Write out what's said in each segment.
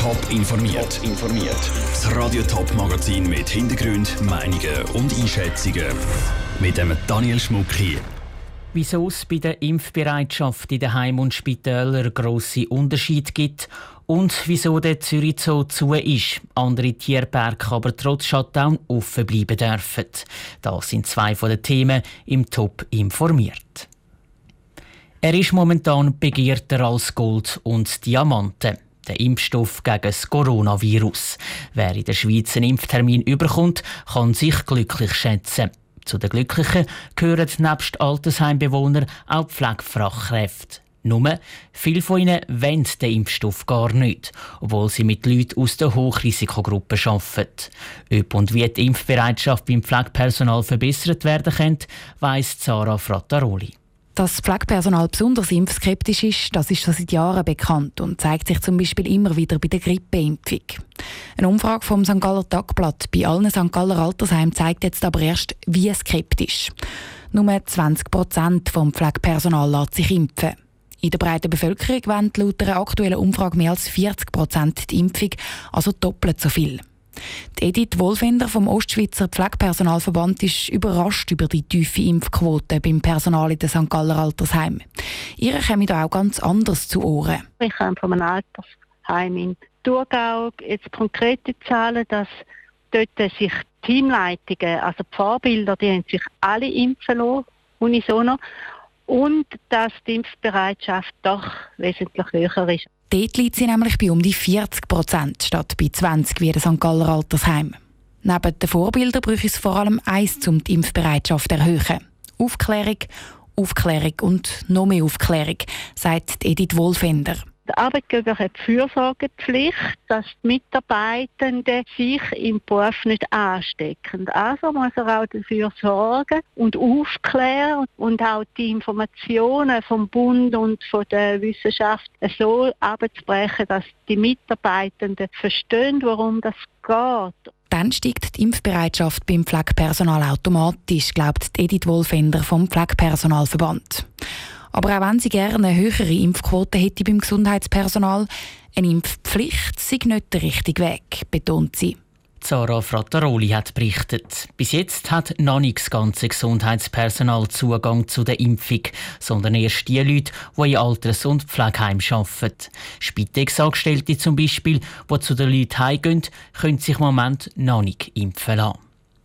Top informiert. Das Radio Top Magazin mit Hintergrund, Meinungen und Einschätzungen mit dem Daniel Schmuck hier. Wieso es bei der Impfbereitschaft in den Heimen und Spitälern grosse Unterschiede gibt und wieso der Zürich Zoo zu ist, andere Tierparks aber trotz Shutdown offen bleiben dürfen. Das sind zwei von den Themen im Top informiert. Er ist momentan begehrter als Gold und Diamanten. Der Impfstoff gegen das Coronavirus. Wer in der Schweiz einen Impftermin überkommt, kann sich glücklich schätzen. Zu den Glücklichen gehören nebst Altersheimbewohnern auch Pflegefachkräfte. Nur, viele von ihnen wollen den Impfstoff gar nicht, obwohl sie mit Leuten aus der Hochrisikogruppe arbeiten. Ob und wie die Impfbereitschaft beim Pflegepersonal verbessert werden könnte, weiss Sarah Frattaroli. Dass Pflegepersonal besonders impfskeptisch ist, das ist schon seit Jahren bekannt und zeigt sich zum Beispiel immer wieder bei der Grippeimpfung. Eine Umfrage vom St. Galler Tagblatt bei allen St. Galler Altersheimen zeigt jetzt aber erst, wie skeptisch. Nur 20% vom Pflegepersonal lässt sich impfen. In der breiten Bevölkerung wollen laut einer aktuellen Umfrage mehr als 40% die Impfung, also doppelt so viel. Die Edith Wohlfender vom Ostschweizer Pflegepersonalverband ist überrascht über die tiefe Impfquote beim Personal in den St. Galler Altersheimen. Ihr kommen da auch ganz anders zu Ohren. Ich komme von einem Altersheim in Thurgau. Jetzt konkrete Zahlen, dass dort sich Teamleitungen, also die Vorbilder, die haben sich alle impfen lassen, unisono. Und dass die Impfbereitschaft doch wesentlich höher ist. Dort liegt sie nämlich bei um die 40% statt bei 20% wie in St. Galler Altersheim. Neben den Vorbildern braucht es vor allem eins, um die Impfbereitschaft zu erhöhen. Aufklärung und noch mehr Aufklärung, sagt Edith Wohlfender. Der Arbeitgeber hat die Fürsorgepflicht, dass die Mitarbeitenden sich im Beruf nicht anstecken. Also muss er auch dafür sorgen und aufklären und auch die Informationen vom Bund und von der Wissenschaft so abzubrechen, dass die Mitarbeitenden verstehen, worum das geht. Dann steigt die Impfbereitschaft beim Pflegepersonal automatisch, glaubt Edith Wohlfender vom Pflegepersonalverband. Aber auch wenn sie gerne eine höhere Impfquote hätte beim Gesundheitspersonal, eine Impfpflicht sei nicht der richtige Weg, betont sie. Sarah Frattaroli hat berichtet. Bis jetzt hat noch nicht das ganze Gesundheitspersonal Zugang zu der Impfung, sondern erst die Leute, die in Alters- und Pflegeheimen arbeiten. Spitex-Angestellte zum Beispiel, die zu den Leuten heimgehen, können sich im Moment noch nicht impfen lassen.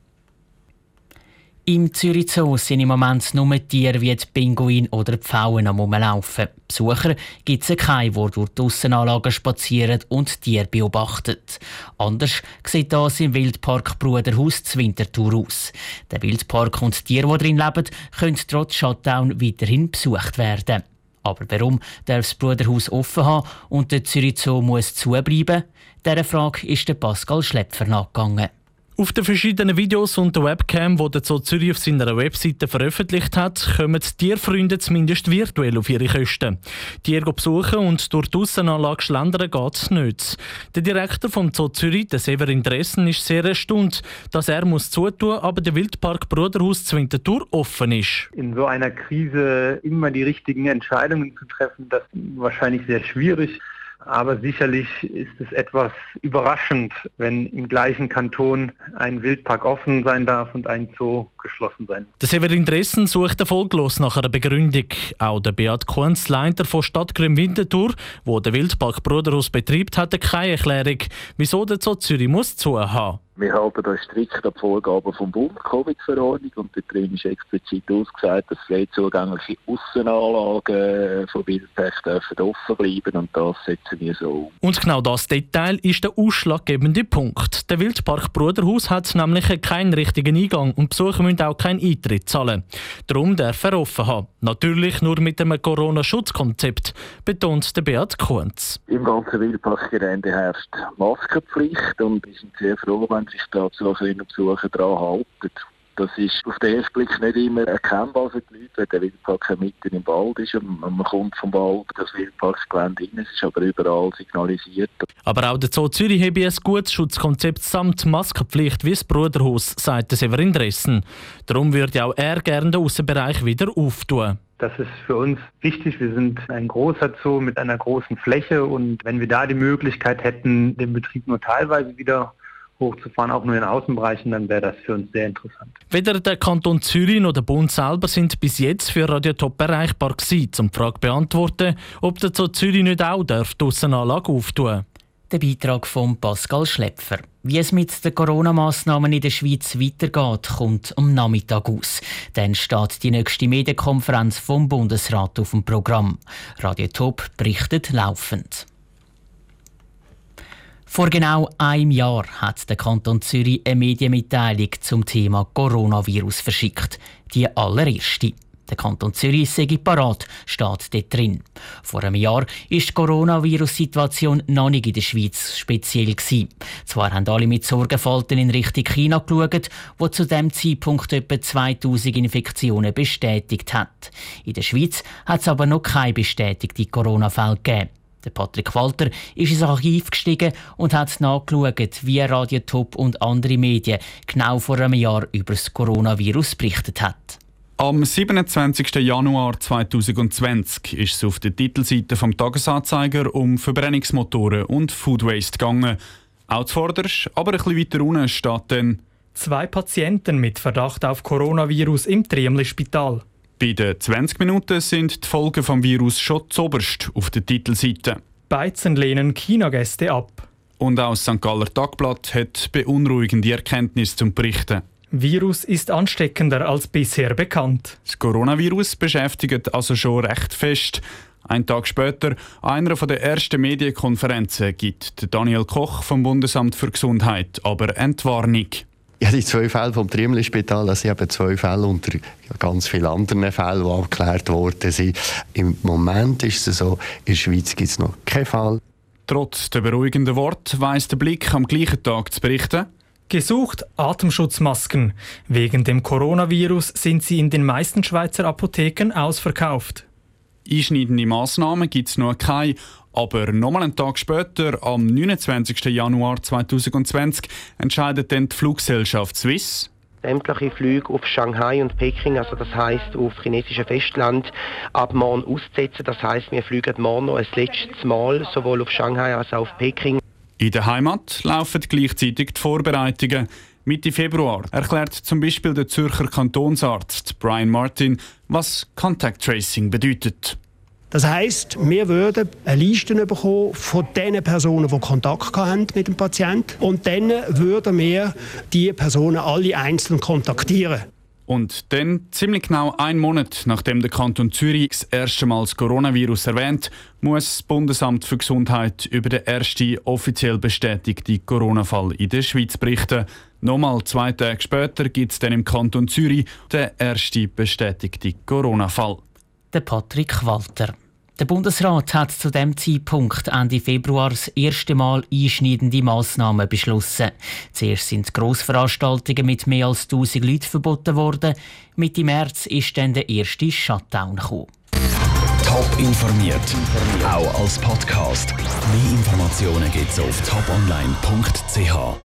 Im Zürich Zoo sind im Moment nur Tiere wie die Pinguine oder die Pfauen am Rumlaufen. Besucher gibt es keine, die durch die Aussenanlagen spazieren und Tiere beobachten. Anders sieht das im Wildpark Bruderhaus zu Winterthur aus. Der Wildpark und die Tiere, die darin leben, können trotz Shutdown weiterhin besucht werden. Aber warum darf das Bruderhaus offen haben und der Zürich Zoo muss zubleiben? Dieser Frage ist der Pascal Schläpfer nachgegangen. Auf den verschiedenen Videos und der Webcam, die der Zoo Zürich auf seiner Webseite veröffentlicht hat, kommen die Tierfreunde zumindest virtuell auf ihre Kosten. Tiere besuchen und durch die Aussenanlage schlendern geht es nicht. Der Direktor vom Zoo Zürich, der Severin Dressen, ist sehr erstaunt, dass er zutun muss, aber der Wildpark Bruderhaus zu Winterthur offen ist. In so einer Krise immer die richtigen Entscheidungen zu treffen, das ist wahrscheinlich sehr schwierig. Aber sicherlich ist es etwas überraschend, wenn im gleichen Kanton ein Wildpark offen sein darf und ein Zoo geschlossen sein. Der Severin Dressen sucht erfolglos nach einer Begründung. Auch der Beat Kunz, Leiter von Stadtgrün Winterthur, wo der Wildpark Bruderhaus betreibt, hatte keine Erklärung, wieso der Zoo Zürich muss zu haben. Wir halten uns strikt an die Vorgaben vom Bund, Covid-Verordnung, und dort ist explizit ausgesagt, dass frei zugängliche Aussenanlagen von Wildpech offen bleiben, und das setzen wir so um. Und genau das Detail ist der ausschlaggebende Punkt. Der Wildpark Bruderhaus hat nämlich keinen richtigen Eingang und Besucher müssen auch keinen Eintritt zahlen. Darum darf er offen haben. Natürlich nur mit einem Corona-Schutzkonzept, betont der Beat Kunz. Im ganzen Wildparkgelände herrscht Maskenpflicht und wir sind sehr froh, wenn sich da Besucherinnen und Besucher daran halten. Das ist auf den ersten Blick nicht immer erkennbar für die Leute, weil der Wildpark mitten im Wald ist und man kommt vom Wald das Wildparksgelände rein. Es ist aber überall signalisiert. Aber auch der Zoo Zürich habe ein gutes Schutzkonzept samt Maskenpflicht wie das Bruderhaus, sagt Severin Dressen. Darum würde auch er gerne den Aussenbereich wieder auftun. Das ist für uns wichtig. Wir sind ein großer Zoo mit einer großen Fläche und wenn wir da die Möglichkeit hätten, den Betrieb nur teilweise wieder hochzufahren, auch nur in Außenbereichen, dann wäre das für uns sehr interessant. Weder der Kanton Zürich noch der Bund selber sind bis jetzt für Radio Top erreichbar gewesen, um die Frage zu beantworten, ob der Zoo Zürich nicht auch die Aussenanlage auftun darf. Der Beitrag von Pascal Schläpfer. Wie es mit den Corona-Massnahmen in der Schweiz weitergeht, kommt am Nachmittag aus. Dann steht die nächste Medienkonferenz vom Bundesrat auf dem Programm. Radio Top berichtet laufend. Vor genau einem Jahr hat der Kanton Zürich eine Medienmitteilung zum Thema Coronavirus verschickt. Die allererste. Der Kanton Zürich sei parat, steht dort drin. Vor einem Jahr war die Coronavirus-Situation noch nicht in der Schweiz speziell gewesen. Zwar haben alle mit Sorgenfalten in Richtung China geschaut, wo zu dem Zeitpunkt etwa 2000 Infektionen bestätigt hat. In der Schweiz hat es aber noch keine bestätigten Corona-Fälle gegeben. Der Patrick Walter ist ins Archiv gestiegen und hat nachgeschaut, wie Radio Top und andere Medien genau vor einem Jahr über das Coronavirus berichtet haben. Am 27. Januar 2020 ist es auf der Titelseite vom Tagesanzeiger um Verbrennungsmotoren und Food Waste gegangen. Auch zuvorderst, aber ein bisschen weiter unten steht dann: 2 Patienten mit Verdacht auf Coronavirus im Triemli-Spital. Bei den 20 Minuten sind die Folgen vom Virus schon zuoberst auf der Titelseite. Beizen lehnen China-Gäste ab. Und auch das St. Galler Tagblatt hat beunruhigende Erkenntnisse zum Berichten. Virus ist ansteckender als bisher bekannt. Das Coronavirus beschäftigt also schon recht fest. Einen Tag später, einer der ersten Medienkonferenzen, gibt Daniel Koch vom Bundesamt für Gesundheit aber Entwarnung. Ja, die 2 Fälle vom Triemli-Spital, das sind eben 2 Fälle unter ganz vielen anderen Fällen, die abgeklärt worden sind. Im Moment ist es so, in der Schweiz gibt es noch keinen Fall. Trotz der beruhigenden Worte weiss der Blick am gleichen Tag zu berichten: Gesucht Atemschutzmasken. Wegen dem Coronavirus sind sie in den meisten Schweizer Apotheken ausverkauft. Einschneidende Massnahmen gibt es noch keine. Aber nochmal einen Tag später, am 29. Januar 2020, entscheidet dann die Fluggesellschaft Swiss, sämtliche Flüge auf Shanghai und Peking, also das heisst auf chinesische Festland, ab morgen auszusetzen. Das heisst, wir fliegen morgen noch ein letztes Mal, sowohl auf Shanghai als auch auf Peking. In der Heimat laufen gleichzeitig die Vorbereitungen. Mitte Februar erklärt zum Beispiel der Zürcher Kantonsarzt Brian Martin, was Contact Tracing bedeutet. Das heisst, wir würden eine Liste bekommen von den Personen, die Kontakt hatten mit dem Patienten. Und dann würden wir diese Personen alle einzeln kontaktieren. Und dann, ziemlich genau einen Monat nachdem der Kanton Zürich das erste Mal das Coronavirus erwähnt, muss das Bundesamt für Gesundheit über den ersten offiziell bestätigten Corona-Fall in der Schweiz berichten. Nochmal 2 Tage später gibt es dann im Kanton Zürich den ersten bestätigten Corona-Fall. Der Patrick Walter. Der Bundesrat hat zu dem Zeitpunkt Ende Februar das erste Mal einschneidende Massnahmen beschlossen. Zuerst sind Grossveranstaltungen mit mehr als 1000 Leuten verboten worden. Mitte März ist dann der erste Shutdown gekommen. Top informiert, auch als Podcast. Mehr Informationen gibt's auf toponline.ch.